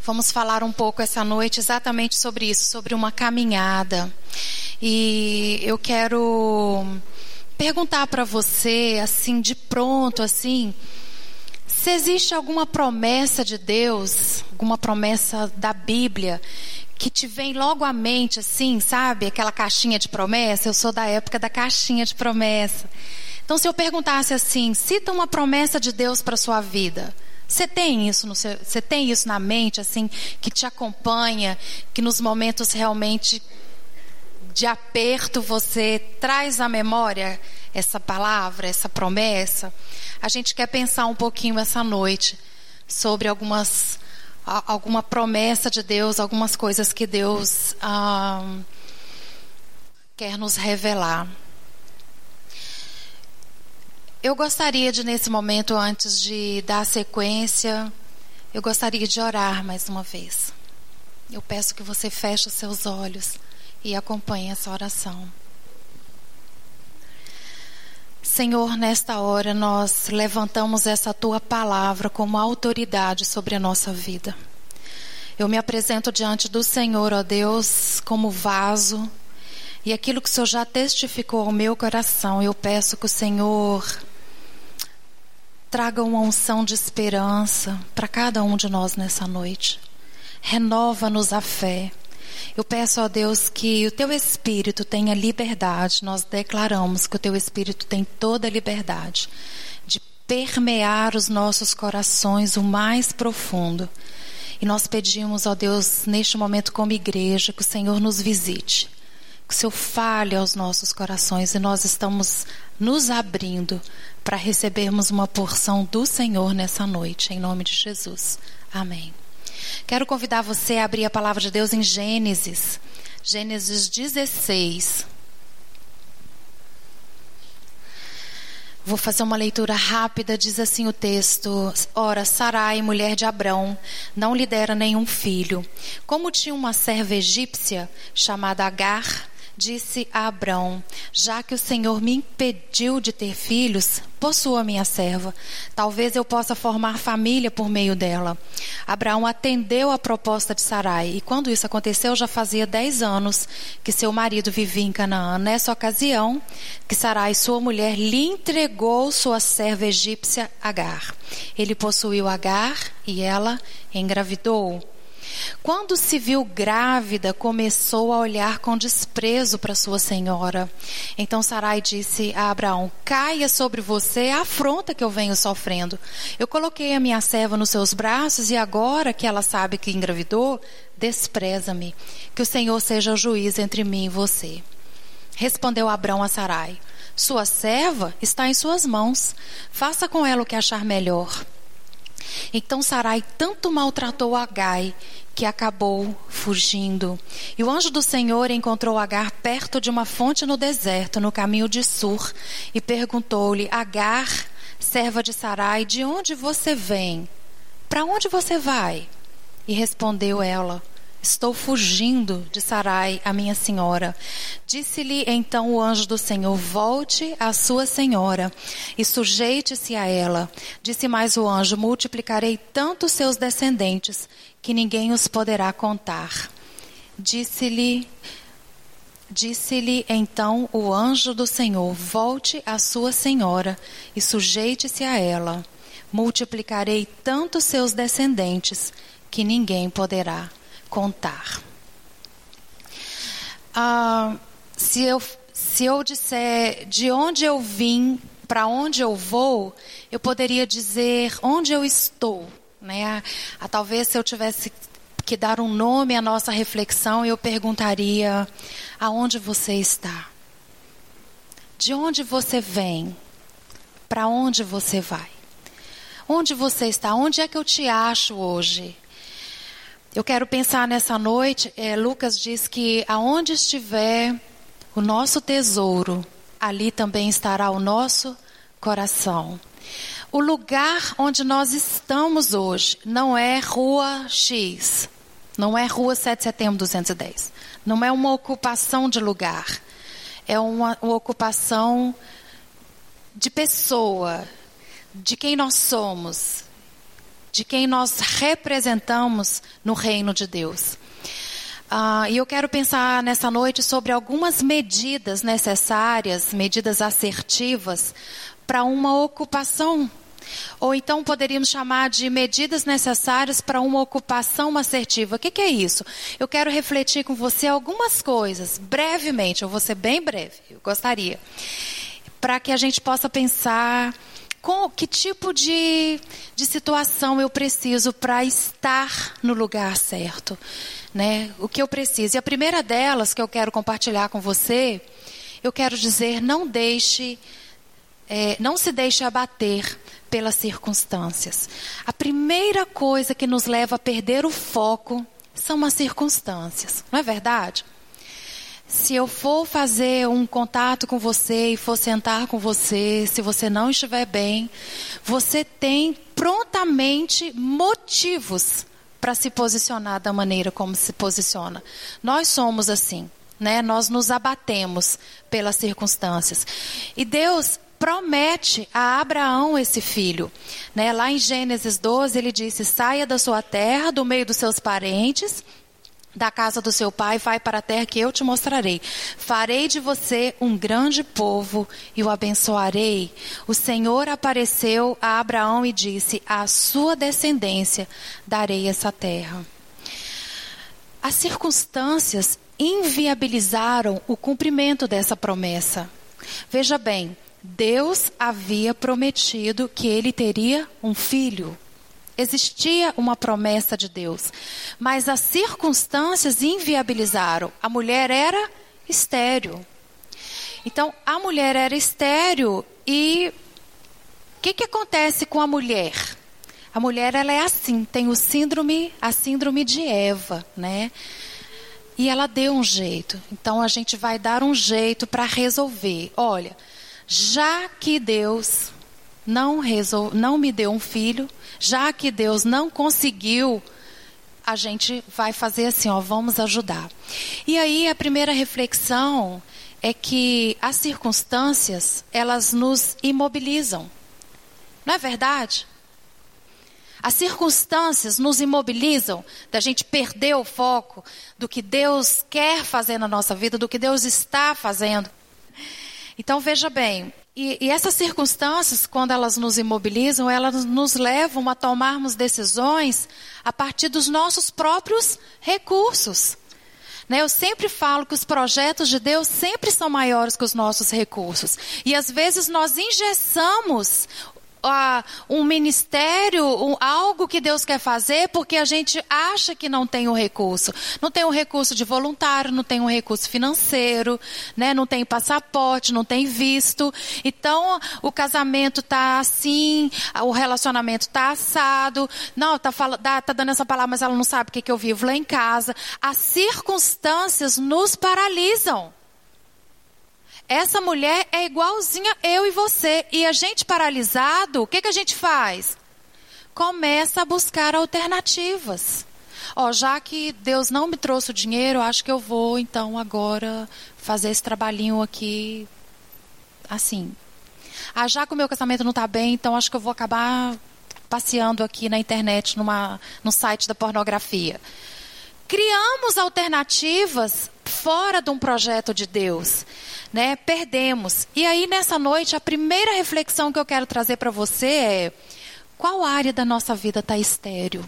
Vamos falar um pouco essa noite exatamente sobre isso, sobre uma caminhada. E eu quero perguntar para você, assim, de pronto, assim, se existe alguma promessa de Deus, alguma promessa da Bíblia, que te vem logo à mente, assim, sabe? Aquela caixinha de promessa. Eu sou da época da caixinha de promessa. Então, se eu perguntasse assim, cita uma promessa de Deus para a sua vida. Você tem isso você tem isso na mente, assim, que te acompanha, que nos momentos realmente de aperto você traz à memória essa palavra, essa promessa? A gente quer pensar um pouquinho essa noite sobre alguma promessa de Deus, algumas coisas que Deus quer nos revelar. Eu gostaria de, nesse momento, antes de dar sequência, eu gostaria de orar mais uma vez. Eu peço que você feche os seus olhos e acompanhe essa oração. Senhor, nesta hora nós levantamos essa Tua palavra como autoridade sobre a nossa vida. Eu me apresento diante do Senhor, ó Deus, como vaso, e aquilo que o Senhor já testificou ao meu coração, eu peço que o Senhor traga uma unção de esperança para cada um de nós nessa noite. Renova-nos a fé. Eu peço a Deus que o Teu Espírito tenha liberdade. Nós declaramos que o Teu Espírito tem toda a liberdade de permear os nossos corações o mais profundo. E nós pedimos, ó Deus, neste momento como igreja, que o Senhor nos visite. Que o Senhor fale aos nossos corações e nós estamos nos abrindo para recebermos uma porção do Senhor nessa noite, em nome de Jesus. Amém. Quero convidar você a abrir a palavra de Deus em Gênesis 16. Vou fazer uma leitura rápida, diz assim o texto: Ora, Sarai, mulher de Abrão, não lhe dera nenhum filho. Como tinha uma serva egípcia chamada Agar, disse a Abrão: já que o Senhor me impediu de ter filhos, possua minha serva. Talvez eu possa formar família por meio dela. Abraão atendeu a proposta de Sarai, e quando isso aconteceu, já fazia 10 anos que seu marido vivia em Canaã. Nessa ocasião, que Sarai, sua mulher, lhe entregou sua serva egípcia Agar. Ele possuiu Agar e ela engravidou. Quando se viu grávida, começou a olhar com desprezo para sua senhora. Então Sarai disse a Abraão: caia sobre você a afronta que eu venho sofrendo. Eu coloquei a minha serva nos seus braços e agora que ela sabe que engravidou, despreza-me. Que o Senhor seja o juiz entre mim e você. Respondeu Abrão a Sarai: sua serva está em suas mãos. Faça com ela o que achar melhor. Então Sarai tanto maltratou Agai que acabou fugindo. E o anjo do Senhor encontrou Agar perto de uma fonte no deserto, no caminho de Sur, e perguntou-lhe: Agar, serva de Sarai, de onde você vem? Para onde você vai? E respondeu ela: estou fugindo de Sarai, a minha senhora. Disse-lhe então o anjo do Senhor: volte à sua senhora e sujeite-se a ela. Disse mais o anjo: multiplicarei tanto os seus descendentes que ninguém os poderá contar. Disse-lhe então o anjo do Senhor: volte à sua senhora e sujeite-se a ela. Multiplicarei tanto os seus descendentes que ninguém poderá contar. Se eu disser de onde eu vim, para onde eu vou, eu poderia dizer onde eu estou, né? Talvez se eu tivesse que dar um nome à nossa reflexão, eu perguntaria: aonde você está? De onde você vem? Para onde você vai? Onde você está? Onde é que eu te acho hoje? Eu quero pensar nessa noite, Lucas diz que aonde estiver o nosso tesouro, ali também estará o nosso coração. O lugar onde nós estamos hoje não é Rua X, não é Rua 7 de Setembro 210, não é uma ocupação de lugar, é uma ocupação de pessoa, de quem nós somos, de quem nós representamos no reino de Deus. E eu quero pensar nessa noite sobre algumas medidas necessárias, medidas assertivas para uma ocupação. Ou então poderíamos chamar de medidas necessárias para uma ocupação assertiva. O que é isso? Eu quero refletir com você algumas coisas, brevemente, eu vou ser bem breve, eu gostaria. Para que a gente possa pensar com que tipo de situação eu preciso para estar no lugar certo, né? O que eu preciso. E a primeira delas que eu quero compartilhar com você, eu quero dizer, não se deixe abater pelas circunstâncias. A primeira coisa que nos leva a perder o foco são as circunstâncias, não é verdade? Se eu for fazer um contato com você e for sentar com você, se você não estiver bem, você tem prontamente motivos para se posicionar da maneira como se posiciona. Nós somos assim, né? Nós nos abatemos pelas circunstâncias. E Deus promete a Abraão esse filho, né? Lá em Gênesis 12 ele disse, saia da sua terra, do meio dos seus parentes, da casa do seu pai, vai para a terra que eu te mostrarei. Farei de você um grande povo e o abençoarei. O Senhor apareceu a Abraão e disse, à sua descendência darei essa terra. As circunstâncias inviabilizaram o cumprimento dessa promessa. Veja bem, Deus havia prometido que ele teria um filho. Existia uma promessa de Deus, mas as circunstâncias inviabilizaram. A mulher era estéril. Então, a mulher era estéril e o que acontece com a mulher? A mulher, ela é assim, tem a síndrome de Eva, né? E ela deu um jeito. Então, a gente vai dar um jeito para resolver. Olha, já que Deus não me deu um filho, já que Deus não conseguiu, a gente vai fazer assim, vamos ajudar. E aí a primeira reflexão é que as circunstâncias, elas nos imobilizam. Não é verdade? As circunstâncias nos imobilizam da gente perder o foco do que Deus quer fazer na nossa vida, do que Deus está fazendo. Então veja bem, e essas circunstâncias, quando elas nos imobilizam, elas nos levam a tomarmos decisões a partir dos nossos próprios recursos. Né? Eu sempre falo que os projetos de Deus sempre são maiores que os nossos recursos. E às vezes nós engessamos um ministério, algo que Deus quer fazer, porque a gente acha que não tem o recurso. Não tem o recurso de voluntário, não tem o recurso financeiro, né? Não tem passaporte, não tem visto. Então, o casamento está assim, o relacionamento está assado. Não, tá dando essa palavra, mas ela não sabe o que eu vivo lá em casa. As circunstâncias nos paralisam. Essa mulher é igualzinha eu e você. E a gente paralisado, o que a gente faz? Começa a buscar alternativas. Já que Deus não me trouxe o dinheiro, acho que eu vou então agora fazer esse trabalhinho aqui assim. Já que o meu casamento não está bem, então acho que eu vou acabar passeando aqui na internet, no site da pornografia. Criamos alternativas fora de um projeto de Deus, né? Perdemos. E aí nessa noite a primeira reflexão que eu quero trazer para você é: qual área da nossa vida está estéril?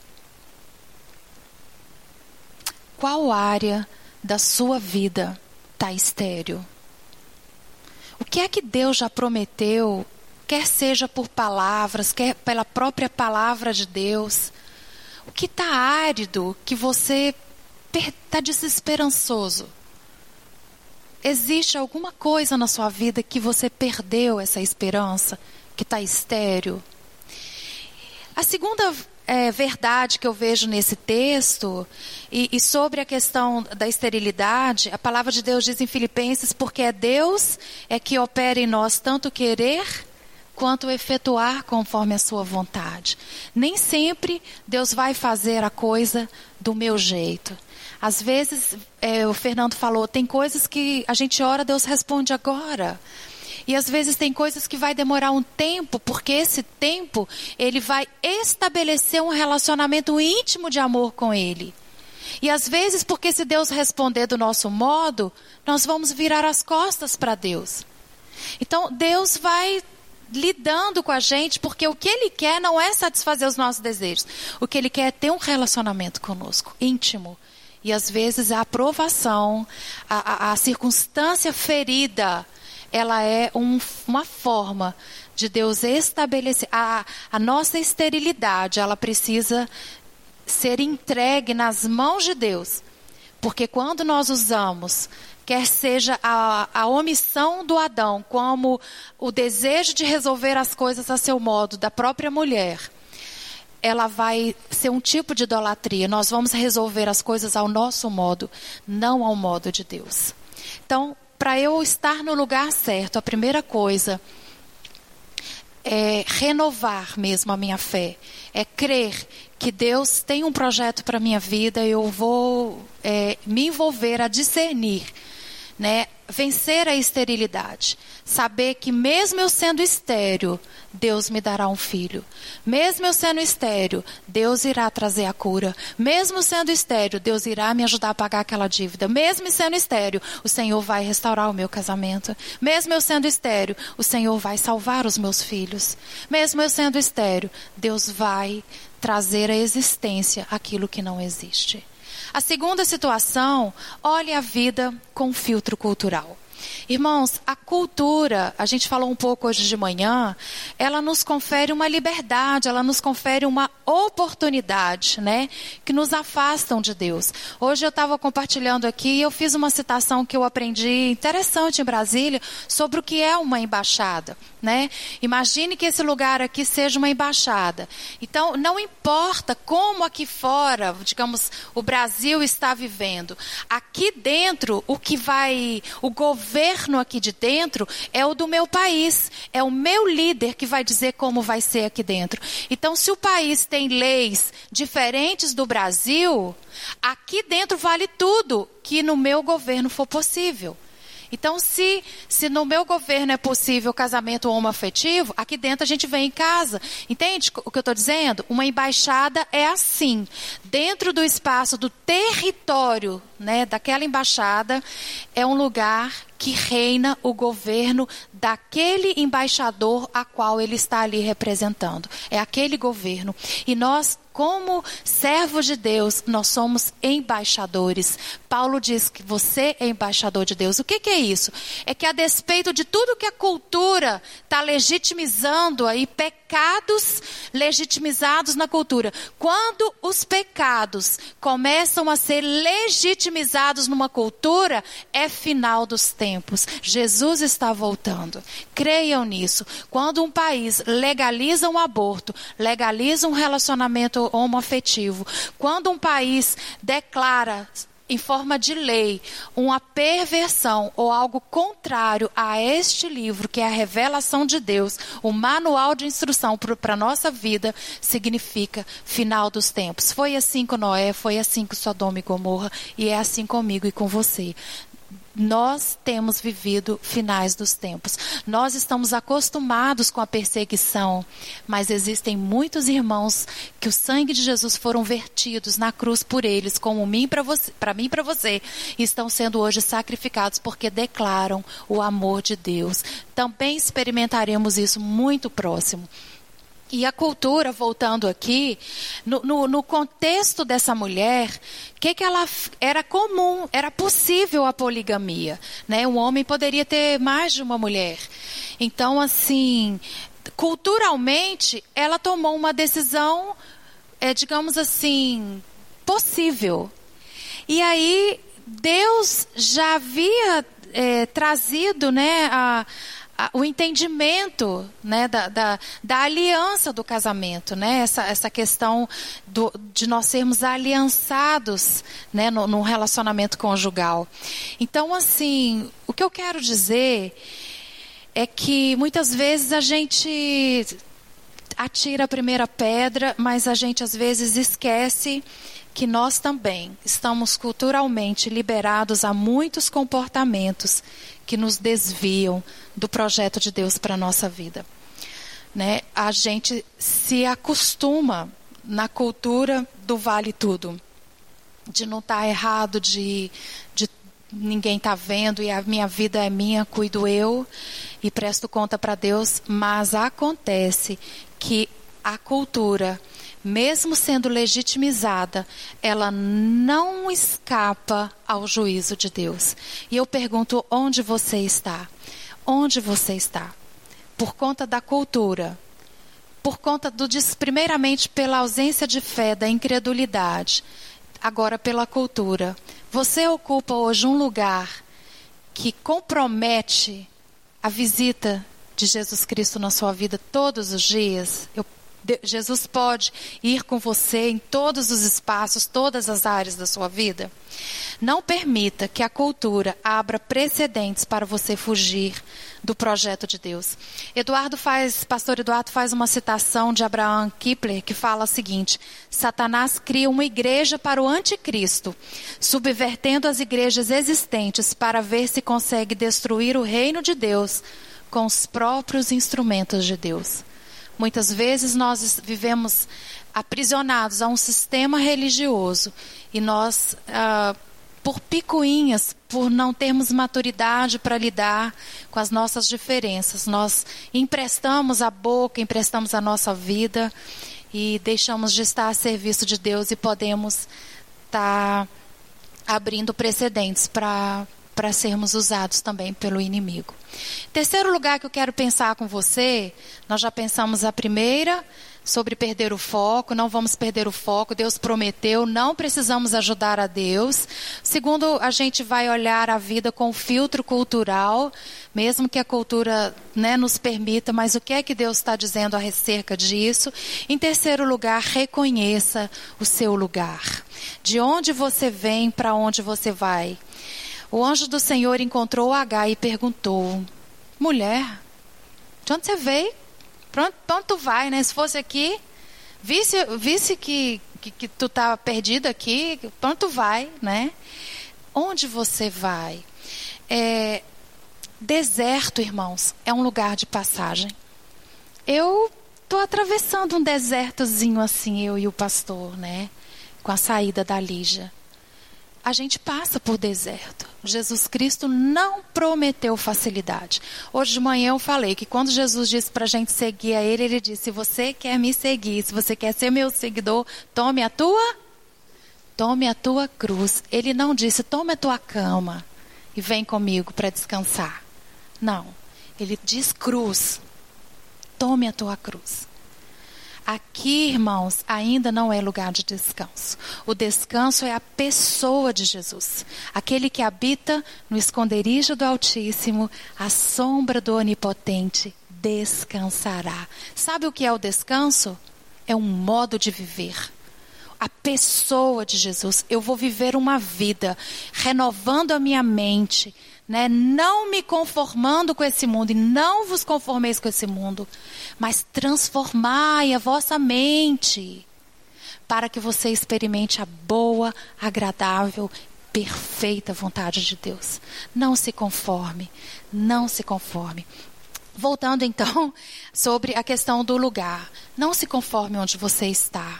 Qual área da sua vida está estéril? O que é que Deus já prometeu, quer seja por palavras, quer pela própria palavra de Deus? O que está árido, que você está desesperançoso? Existe alguma coisa na sua vida que você perdeu essa esperança, que está estéril? A segunda verdade que eu vejo nesse texto, e sobre a questão da esterilidade, a palavra de Deus diz em Filipenses, porque é Deus que opera em nós tanto querer quanto efetuar conforme a sua vontade. Nem sempre Deus vai fazer a coisa do meu jeito. Às vezes, o Fernando falou, tem coisas que a gente ora, Deus responde agora. E às vezes tem coisas que vai demorar um tempo, porque esse tempo ele vai estabelecer um relacionamento íntimo de amor com Ele. E às vezes, porque se Deus responder do nosso modo, nós vamos virar as costas para Deus. Então Deus vai lidando com a gente, porque o que Ele quer não é satisfazer os nossos desejos. O que Ele quer é ter um relacionamento conosco, íntimo. E às vezes a aprovação, a circunstância ferida, ela é uma forma de Deus estabelecer. A nossa esterilidade, ela precisa ser entregue nas mãos de Deus. Porque quando nós usamos, quer seja a omissão do Adão, como o desejo de resolver as coisas a seu modo, da própria mulher, ela vai ser um tipo de idolatria. Nós vamos resolver as coisas ao nosso modo, não ao modo de Deus. Então, para eu estar no lugar certo, a primeira coisa é renovar mesmo a minha fé. É crer que Deus tem um projeto para a minha vida, eu vou me envolver a discernir, né? Vencer a esterilidade. Saber que mesmo eu sendo estéril, Deus me dará um filho. Mesmo eu sendo estéril, Deus irá trazer a cura. Mesmo sendo estéril, Deus irá me ajudar a pagar aquela dívida. Mesmo sendo estéril, o Senhor vai restaurar o meu casamento. Mesmo eu sendo estéril, o Senhor vai salvar os meus filhos. Mesmo eu sendo estéril, Deus vai trazer à existência aquilo que não existe. A segunda situação, olhe a vida com filtro cultural. Irmãos, a cultura, a gente falou um pouco hoje de manhã, ela nos confere uma liberdade, ela nos confere uma oportunidade, né? Que nos afastam de Deus. Hoje eu estava compartilhando aqui e eu fiz uma citação que eu aprendi interessante em Brasília sobre o que é uma embaixada, né? Imagine que esse lugar aqui seja uma embaixada. Então, não importa como aqui fora, digamos, o Brasil está vivendo. Aqui dentro, o governo aqui de dentro é o do meu país. É o meu líder que vai dizer como vai ser aqui dentro. Então, se o país tem leis diferentes do Brasil, aqui dentro vale tudo que no meu governo for possível. Então, se no meu governo é possível casamento homoafetivo, aqui dentro a gente vem em casa. Entende o que eu estou dizendo? Uma embaixada é assim. Dentro do espaço, do território, né, daquela embaixada, é um lugar que reina o governo daquele embaixador a qual ele está ali representando. É aquele governo. E nós, como servos de Deus, nós somos embaixadores. Paulo diz que você é embaixador de Deus. O que é isso? É que a despeito de tudo que a cultura está legitimizando aí, pecados legitimizados na cultura. Quando os pecados começam a ser legitimizados numa cultura, é final dos tempos. Jesus está voltando. Creiam nisso. Quando um país legaliza um aborto, legaliza um relacionamento homoafetivo, quando um país declara em forma de lei uma perversão ou algo contrário a este livro, que é a revelação de Deus, o manual de instrução para a nossa vida, significa final dos tempos. Foi assim com Noé, foi assim com Sodoma e Gomorra, e é assim comigo e com você. Nós temos vivido finais dos tempos. Nós estamos acostumados com a perseguição, mas existem muitos irmãos que o sangue de Jesus foram vertidos na cruz por eles, como para mim e para você, e estão sendo hoje sacrificados porque declaram o amor de Deus. Também experimentaremos isso muito próximo. E a cultura, voltando aqui, no contexto dessa mulher, que ela era comum, era possível a poligamia, né? Um homem poderia ter mais de uma mulher. Então, assim, culturalmente, ela tomou uma decisão, digamos assim, possível. E aí, Deus já havia trazido, né, o entendimento, né, da aliança do casamento, né, essa questão de nós sermos aliançados, né, no relacionamento conjugal. Então, assim, o que eu quero dizer é que muitas vezes a gente atira a primeira pedra, mas a gente às vezes esquece que nós também estamos culturalmente liberados a muitos comportamentos que nos desviam do projeto de Deus para a nossa vida. Né? A gente se acostuma na cultura do vale tudo, de não estar errado, de ninguém está vendo e a minha vida é minha, cuido eu e presto conta para Deus, mas acontece que a cultura, mesmo sendo legitimizada, ela não escapa ao juízo de Deus. E eu pergunto, onde você está? Onde você está? Por conta da cultura, por conta primeiramente pela ausência de fé, da incredulidade, agora pela cultura. Você ocupa hoje um lugar que compromete a visita de Jesus Cristo na sua vida todos os dias? Jesus pode ir com você em todos os espaços, todas as áreas da sua vida? Não permita que a cultura abra precedentes para você fugir do projeto de Deus. Pastor Eduardo faz uma citação de Abraham Kuyper que fala o seguinte: Satanás cria uma igreja para o anticristo, subvertendo as igrejas existentes para ver se consegue destruir o reino de Deus com os próprios instrumentos de Deus. Muitas vezes nós vivemos aprisionados a um sistema religioso e nós, por picuinhas, por não termos maturidade para lidar com as nossas diferenças, nós emprestamos a boca, emprestamos a nossa vida e deixamos de estar a serviço de Deus e podemos estar abrindo precedentes para sermos usados também pelo inimigo. Terceiro lugar que eu quero pensar com você, nós já pensamos a primeira, sobre perder o foco, não vamos perder o foco, Deus prometeu, não precisamos ajudar a Deus. Segundo, a gente vai olhar a vida com filtro cultural, mesmo que a cultura, né, nos permita, mas o que é que Deus está dizendo acerca disso? Em terceiro lugar, reconheça o seu lugar. De onde você vem, para onde você vai? O anjo do Senhor encontrou Agar e perguntou: mulher, de onde você veio? Para onde tu vai, né? Se fosse aqui, visse que tu tá perdido aqui, para onde tu vai, né? Onde você vai? Deserto, irmãos, é um lugar de passagem. Eu tô atravessando um desertozinho assim, eu e o pastor, né? Com a saída da Lígia. A gente passa por deserto. Jesus Cristo não prometeu facilidade. Hoje de manhã eu falei que quando Jesus disse para a gente seguir a Ele, Ele disse: se você quer me seguir, se você quer ser meu seguidor, tome a tua cruz. Ele não disse: tome a tua cama e vem comigo para descansar. Não. Ele diz cruz. Tome a tua cruz. Aqui, irmãos, ainda não é lugar de descanso. O descanso é a pessoa de Jesus. Aquele que habita no esconderijo do Altíssimo, à sombra do Onipotente, descansará. Sabe o que é o descanso? É um modo de viver. A pessoa de Jesus. Eu vou viver uma vida renovando a minha mente, né? Não me conformando com esse mundo, e não vos conformeis com esse mundo, mas transformai a vossa mente, para que você experimente a boa, agradável, perfeita vontade de Deus. Não se conforme, não se conforme. Voltando então sobre a questão do lugar. Não se conforme onde você está.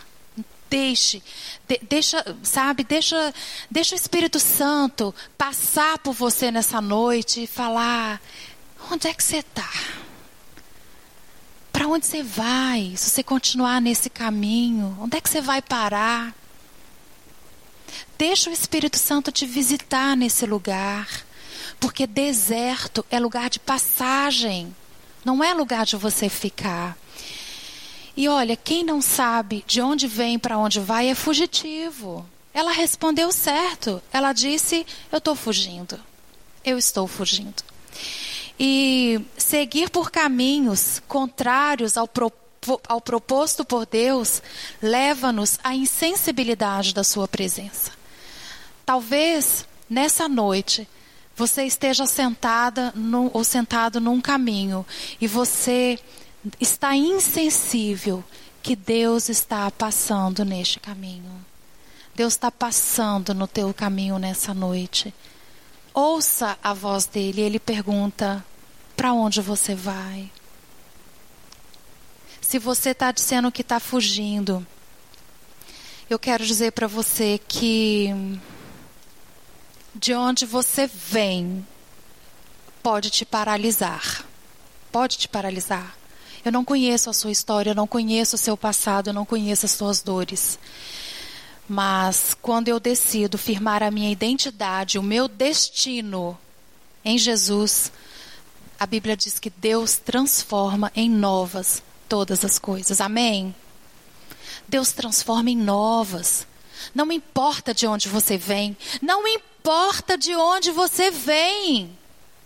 Deixa o Espírito Santo passar por você nessa noite e falar: onde é que você está? Para onde você vai? Se você continuar nesse caminho, onde é que você vai parar? Deixa o Espírito Santo te visitar nesse lugar, porque deserto é lugar de passagem, não é lugar de você ficar. E olha, quem não sabe de onde vem para onde vai é fugitivo. Ela respondeu certo. Ela disse: eu estou fugindo. Eu estou fugindo. E seguir por caminhos contrários ao proposto por Deus leva-nos à insensibilidade da sua presença. Talvez nessa noite você esteja sentada ou sentado num caminho e você está insensível que Deus está passando neste caminho. Deus está passando no teu caminho nessa noite. Ouça a voz dele. Ele pergunta: para onde você vai? Se você está dizendo que está fugindo, eu quero dizer para você que de onde você vem pode te paralisar. Pode te paralisar. Eu não conheço a sua história, eu não conheço o seu passado, eu não conheço as suas dores. Mas quando eu decido firmar a minha identidade, o meu destino em Jesus, a Bíblia diz que Deus transforma em novas todas as coisas. Amém? Deus transforma em novas. Não importa de onde você vem. Não importa de onde você vem.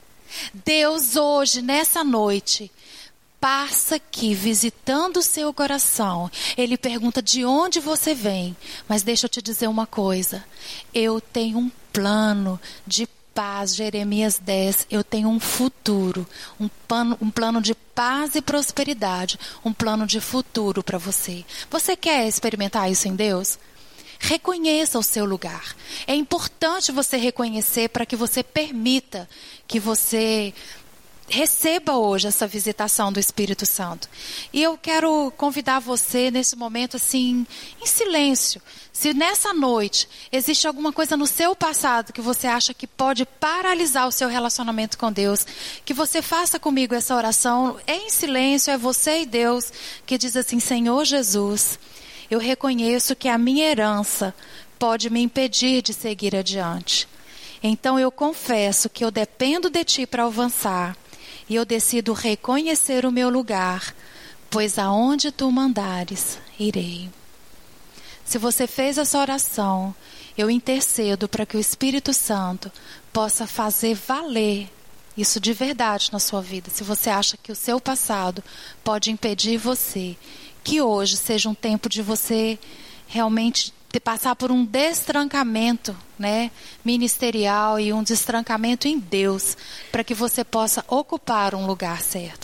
Deus hoje, nessa noite, passa aqui visitando o seu coração. Ele pergunta de onde você vem. Mas deixa eu te dizer uma coisa. Eu tenho um plano de paz, Jeremias 10. Eu tenho um futuro. Um plano de paz e prosperidade. Um plano de futuro para você. Você quer experimentar isso em Deus? Reconheça o seu lugar. É importante você reconhecer para que você permita que você receba hoje essa visitação do Espírito Santo. E eu quero convidar você nesse momento assim, em silêncio. Se nessa noite existe alguma coisa no seu passado que você acha que pode paralisar o seu relacionamento com Deus, que você faça comigo essa oração. É em silêncio, é você e Deus que diz assim: Senhor Jesus, eu reconheço que a minha herança pode me impedir de seguir adiante. Então eu confesso que eu dependo de Ti para avançar. E eu decido reconhecer o meu lugar, pois aonde Tu mandares, irei. Se você fez essa oração, eu intercedo para que o Espírito Santo possa fazer valer isso de verdade na sua vida. Se você acha que o seu passado pode impedir você, que hoje seja um tempo de você realmente passar por um destrancamento, né, ministerial e um destrancamento em Deus, para que você possa ocupar um lugar certo.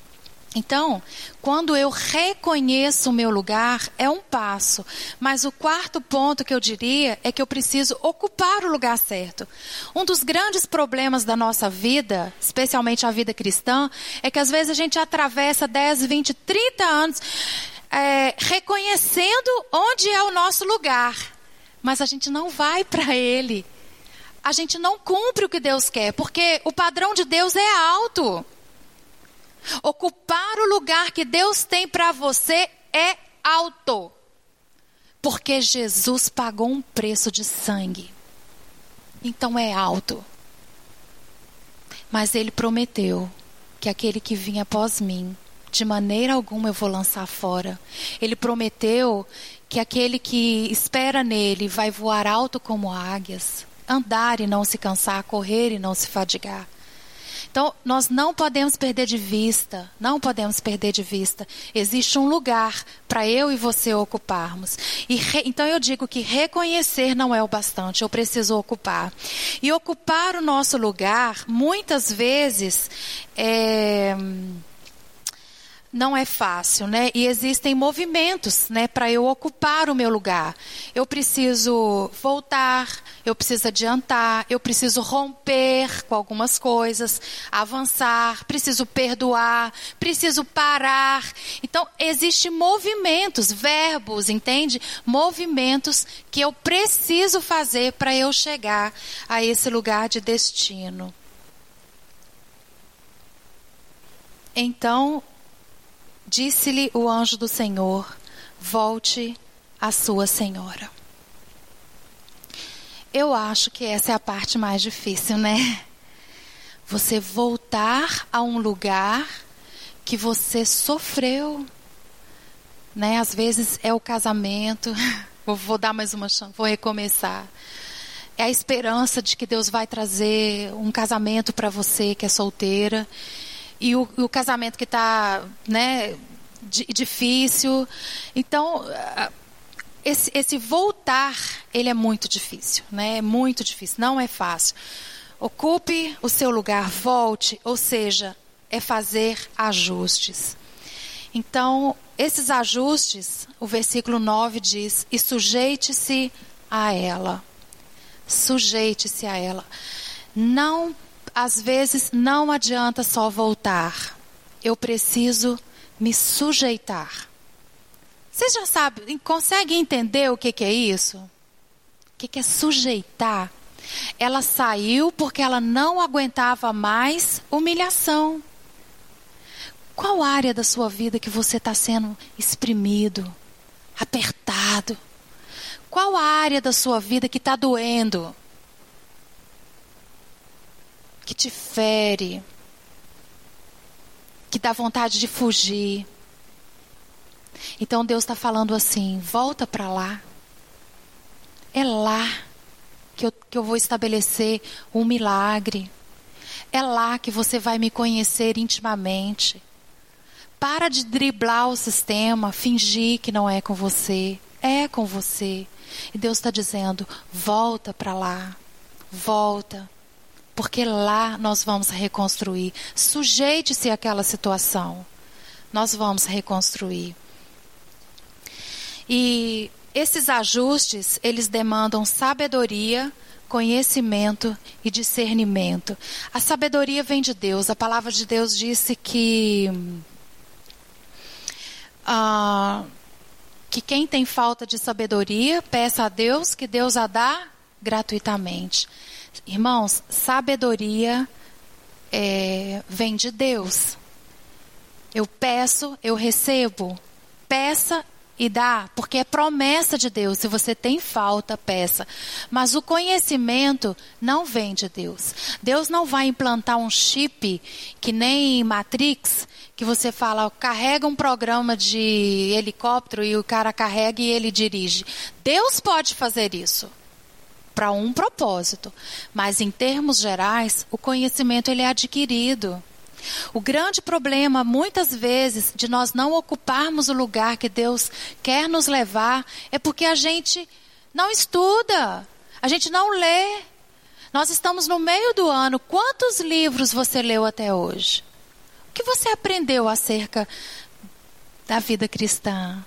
Então, quando eu reconheço o meu lugar, é um passo. Mas o quarto ponto que eu diria é que eu preciso ocupar o lugar certo. Um dos grandes problemas da nossa vida, especialmente a vida cristã, é que às vezes a gente atravessa 10, 20, 30 anos reconhecendo onde é o nosso lugar. Mas a gente não vai para ele. A gente não cumpre o que Deus quer, porque o padrão de Deus é alto. Ocupar o lugar que Deus tem para você é alto. Porque Jesus pagou um preço de sangue. Então é alto. Mas Ele prometeu que aquele que vinha após mim, de maneira alguma eu vou lançar fora. Ele prometeu que aquele que espera nele vai voar alto como águias, andar e não se cansar, correr e não se fadigar. Então, nós não podemos perder de vista, existe um lugar para eu e você ocuparmos. Então eu digo que reconhecer não é o bastante, eu preciso ocupar. E ocupar o nosso lugar, muitas vezes, não é fácil, né? E existem movimentos, né, para eu ocupar o meu lugar. Eu preciso voltar, eu preciso adiantar, eu preciso romper com algumas coisas, avançar, preciso perdoar, preciso parar. Então, existem movimentos, verbos, entende? Movimentos que eu preciso fazer para eu chegar a esse lugar de destino. Então, disse-lhe o anjo do Senhor: volte à sua senhora. Eu acho que essa é a parte mais difícil, né? Você voltar a um lugar que você sofreu, né? Às vezes é o casamento. Vou dar mais uma chance, vou recomeçar. É a esperança de que Deus vai trazer um casamento para você que é solteira. E o casamento que está, né, difícil. Então, esse voltar, ele é muito difícil, né? É muito difícil, não é fácil. Ocupe o seu lugar, volte, ou seja, é fazer ajustes. Então, esses ajustes, o versículo 9 diz: e sujeite-se a ela. Sujeite-se a ela. Não, às vezes, não adianta só voltar. Eu preciso me sujeitar. Vocês já sabem, conseguem entender o que é isso? O que é sujeitar? Ela saiu porque ela não aguentava mais humilhação. Qual área da sua vida que você está sendo exprimido, apertado? Qual a área da sua vida que está doendo? Que te fere? Que dá vontade de fugir? Então Deus está falando assim: volta para lá. É lá que eu vou estabelecer um milagre. É lá que você vai me conhecer intimamente. Para de driblar o sistema, fingir que não é com você. É com você. E Deus está dizendo: volta para lá. Volta. Porque lá nós vamos reconstruir. Sujeite-se àquela situação. Nós vamos reconstruir. E esses ajustes, eles demandam sabedoria, conhecimento e discernimento. A sabedoria vem de Deus. A palavra de Deus disse que quem tem falta de sabedoria, peça a Deus, que Deus a dá gratuitamente. Irmãos, sabedoria vem de Deus. Eu peço, eu recebo. Peça e dá, porque é promessa de Deus. Se você tem falta, peça. Mas o conhecimento não vem de Deus. Deus não vai implantar um chip que nem Matrix, que você fala, carrega um programa de helicóptero e o cara carrega e ele dirige. Deus pode fazer isso para um propósito. Mas em termos gerais, o conhecimento ele é adquirido. O grande problema, muitas vezes, de nós não ocuparmos o lugar que Deus quer nos levar, é porque a gente não estuda, a gente não lê. Nós estamos no meio do ano. Quantos livros você leu até hoje? O que você aprendeu acerca da vida cristã?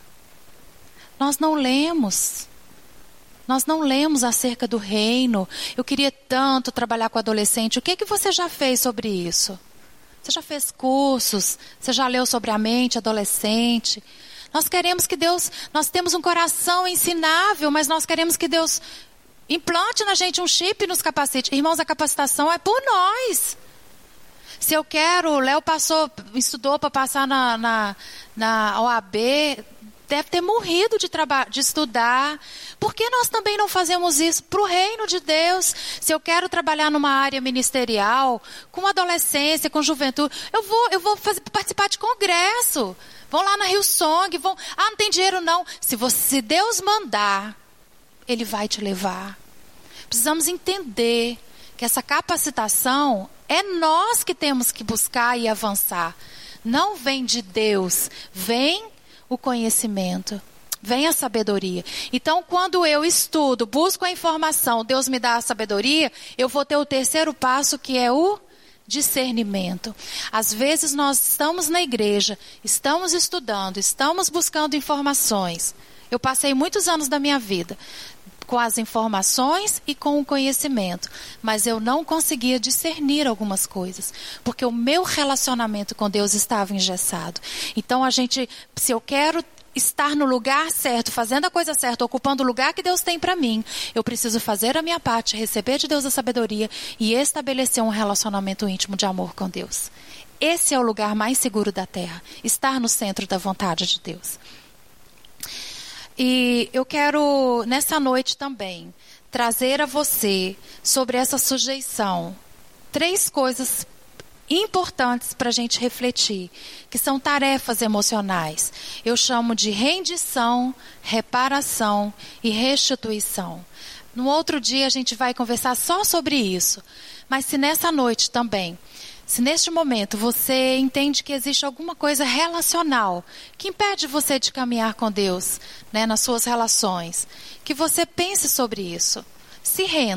Nós não lemos. Nós não lemos acerca do reino. Eu queria tanto trabalhar com adolescente. O que você já fez sobre isso? Você já fez cursos? Você já leu sobre a mente adolescente? Nós queremos que Deus... Nós temos um coração ensinável, mas nós queremos que Deus implante na gente um chip e nos capacite. Irmãos, a capacitação é por nós. Se eu quero... O Léo estudou para passar na OAB... Deve ter morrido de estudar. Por que nós também não fazemos isso para o reino de Deus? Se eu quero trabalhar numa área ministerial, com adolescência, com juventude, eu vou participar de congresso. Vão lá na Hillsong, não tem dinheiro não. Se Deus mandar, Ele vai te levar. Precisamos entender que essa capacitação é nós que temos que buscar e avançar. Não vem de Deus, vem o conhecimento, vem a sabedoria. Então, quando eu estudo, busco a informação, Deus me dá a sabedoria, eu vou ter o terceiro passo, que é o discernimento. Às vezes nós estamos na igreja, estamos estudando, estamos buscando informações. Eu passei muitos anos da minha vida com as informações e com o conhecimento, mas eu não conseguia discernir algumas coisas, porque o meu relacionamento com Deus estava engessado. Então se eu quero estar no lugar certo, fazendo a coisa certa, ocupando o lugar que Deus tem para mim, eu preciso fazer a minha parte, receber de Deus a sabedoria e estabelecer um relacionamento íntimo de amor com Deus. Esse é o lugar mais seguro da terra, estar no centro da vontade de Deus. E eu quero, nessa noite também, trazer a você, sobre essa sujeição, 3 coisas importantes para a gente refletir, que são tarefas emocionais. Eu chamo de rendição, reparação e restituição. No outro dia a gente vai conversar só sobre isso. Mas se nessa noite também, se neste momento você entende que existe alguma coisa relacional que impede você de caminhar com Deus, né, nas suas relações, que você pense sobre isso. Se renda.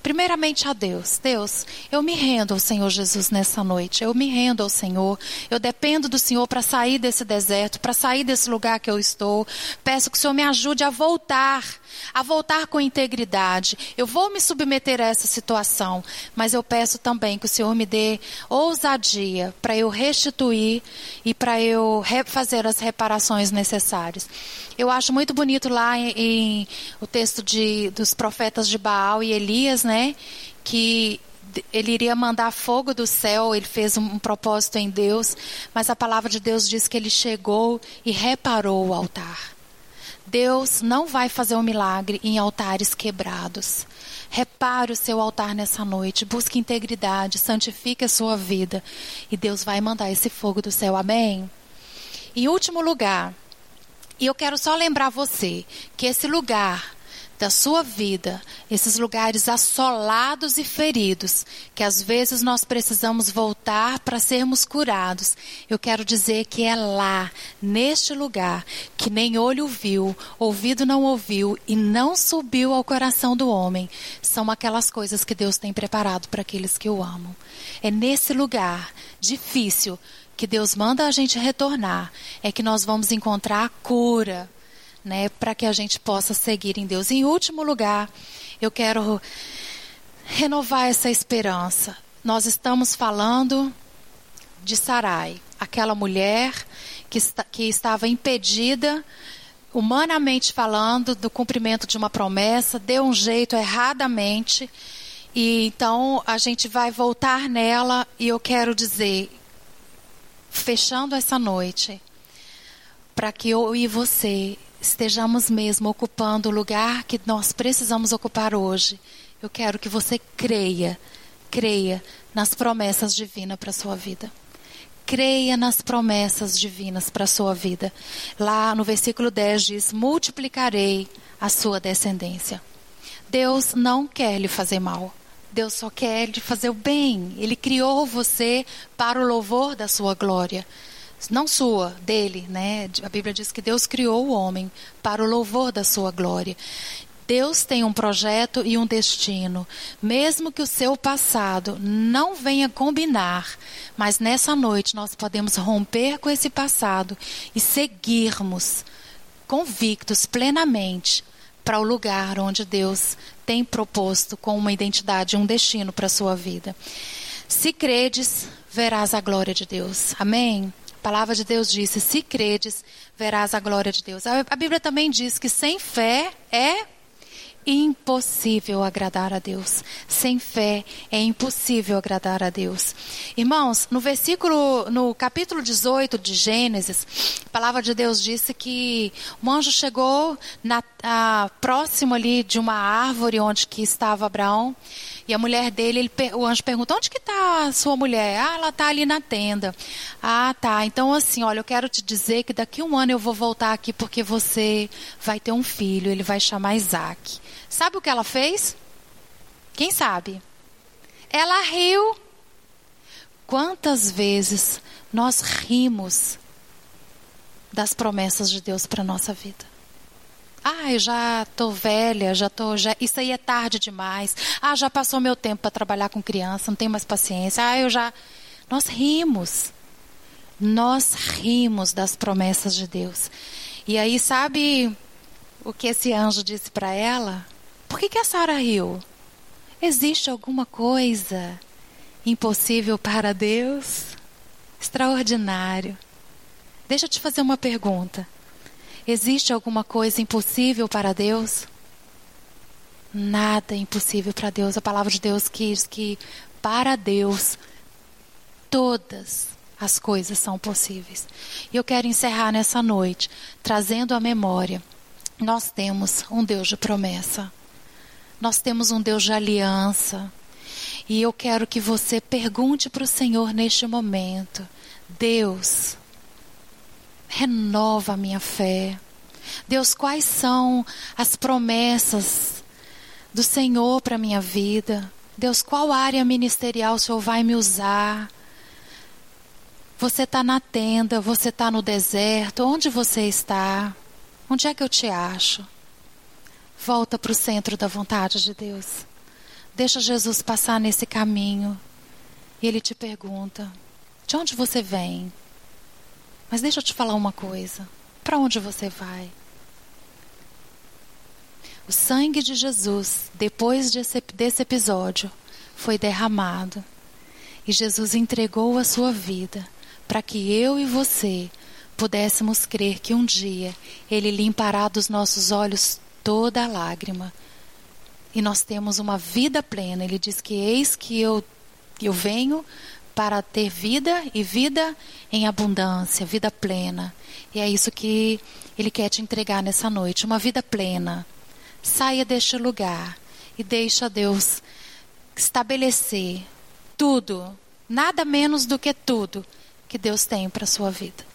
primeiramente a Deus. Deus, eu me rendo ao Senhor Jesus nessa noite. Eu me rendo ao Senhor. Eu dependo do Senhor para sair desse deserto, para sair desse lugar que eu estou. Peço que o Senhor me ajude a voltar com integridade. Eu vou me submeter a essa situação, mas eu peço também que o Senhor me dê ousadia para eu restituir e para eu fazer as reparações necessárias. Eu acho muito bonito lá em o texto dos profetas de Baal e Elias, né? Que ele iria mandar fogo do céu, ele fez um propósito em Deus, mas a palavra de Deus diz que ele chegou e reparou o altar. Deus não vai fazer um milagre em altares quebrados. Repare o seu altar nessa noite, busque integridade, santifique a sua vida e Deus vai mandar esse fogo do céu, amém? Em último lugar, e eu quero só lembrar você que esse lugar da sua vida, esses lugares assolados e feridos, que às vezes nós precisamos voltar para sermos curados, eu quero dizer que é lá, neste lugar, que nem olho viu, ouvido não ouviu e não subiu ao coração do homem, são aquelas coisas que Deus tem preparado para aqueles que o amam. É nesse lugar difícil que Deus manda a gente retornar, é que nós vamos encontrar a cura, né, para que a gente possa seguir em Deus. Em último lugar, eu quero renovar essa esperança. Nós estamos falando de Sarai, aquela mulher que estava impedida, humanamente falando, do cumprimento de uma promessa, deu um jeito erradamente, e então a gente vai voltar nela, e eu quero dizer, fechando essa noite, para que eu e você estejamos mesmo ocupando o lugar que nós precisamos ocupar hoje. Eu quero que você creia nas promessas divinas para a sua vida. Creia nas promessas divinas para a sua vida. Lá no versículo 10 diz, multiplicarei a sua descendência. Deus não quer lhe fazer mal. Deus só quer lhe fazer o bem. Ele criou você para o louvor da sua glória. Não sua, dele, né? A Bíblia diz que Deus criou o homem para o louvor da sua glória. Deus tem um projeto e um destino. Mesmo que o seu passado não venha combinar, mas nessa noite nós podemos romper com esse passado e seguirmos convictos plenamente para o lugar onde Deus tem proposto com uma identidade e um destino para a sua vida. Se credes, verás a glória de Deus. Amém? A palavra de Deus disse, se credes, verás a glória de Deus. A Bíblia também diz que sem fé é impossível agradar a Deus. Sem fé é impossível agradar a Deus. Irmãos, no capítulo 18 de Gênesis, a palavra de Deus disse que um anjo chegou próximo ali de uma árvore onde que estava Abraão. E a mulher dele, o anjo perguntou, onde que está a sua mulher? Ah, ela está ali na tenda. Ah, tá. Então assim, olha, eu quero te dizer que daqui a um ano eu vou voltar aqui porque você vai ter um filho, ele vai chamar Isaac. Sabe o que ela fez? Quem sabe? Ela riu. Quantas vezes nós rimos das promessas de Deus para a nossa vida? Ah, eu já estou velha, isso aí é tarde demais. Ah, já passou meu tempo para trabalhar com criança, não tenho mais paciência. Nós rimos das promessas de Deus. E aí, sabe o que esse anjo disse para ela? Por que a Sara riu? Existe alguma coisa impossível para Deus? Extraordinário. Deixa eu te fazer uma pergunta. Existe alguma coisa impossível para Deus? Nada é impossível para Deus. A palavra de Deus diz que para Deus todas as coisas são possíveis. E eu quero encerrar nessa noite trazendo à memória. Nós temos um Deus de promessa. Nós temos um Deus de aliança. E eu quero que você pergunte para o Senhor neste momento. Deus, renova a minha fé. Deus, quais são as promessas do Senhor para a minha vida? Deus, qual área ministerial o Senhor vai me usar? Você está na tenda, você está no deserto, onde você está? Onde é que eu te acho? Volta para o centro da vontade de Deus. Deixa Jesus passar nesse caminho. E Ele te pergunta: de onde você vem? Mas deixa eu te falar uma coisa. Para onde você vai? O sangue de Jesus, depois desse episódio, foi derramado. E Jesus entregou a sua vida para que eu e você pudéssemos crer que um dia Ele limpará dos nossos olhos toda a lágrima. E nós temos uma vida plena. Ele diz que eis que eu venho para ter vida e vida em abundância, vida plena. E é isso que Ele quer te entregar nessa noite, uma vida plena. Saia deste lugar e deixa Deus estabelecer tudo, nada menos do que tudo que Deus tem para a sua vida.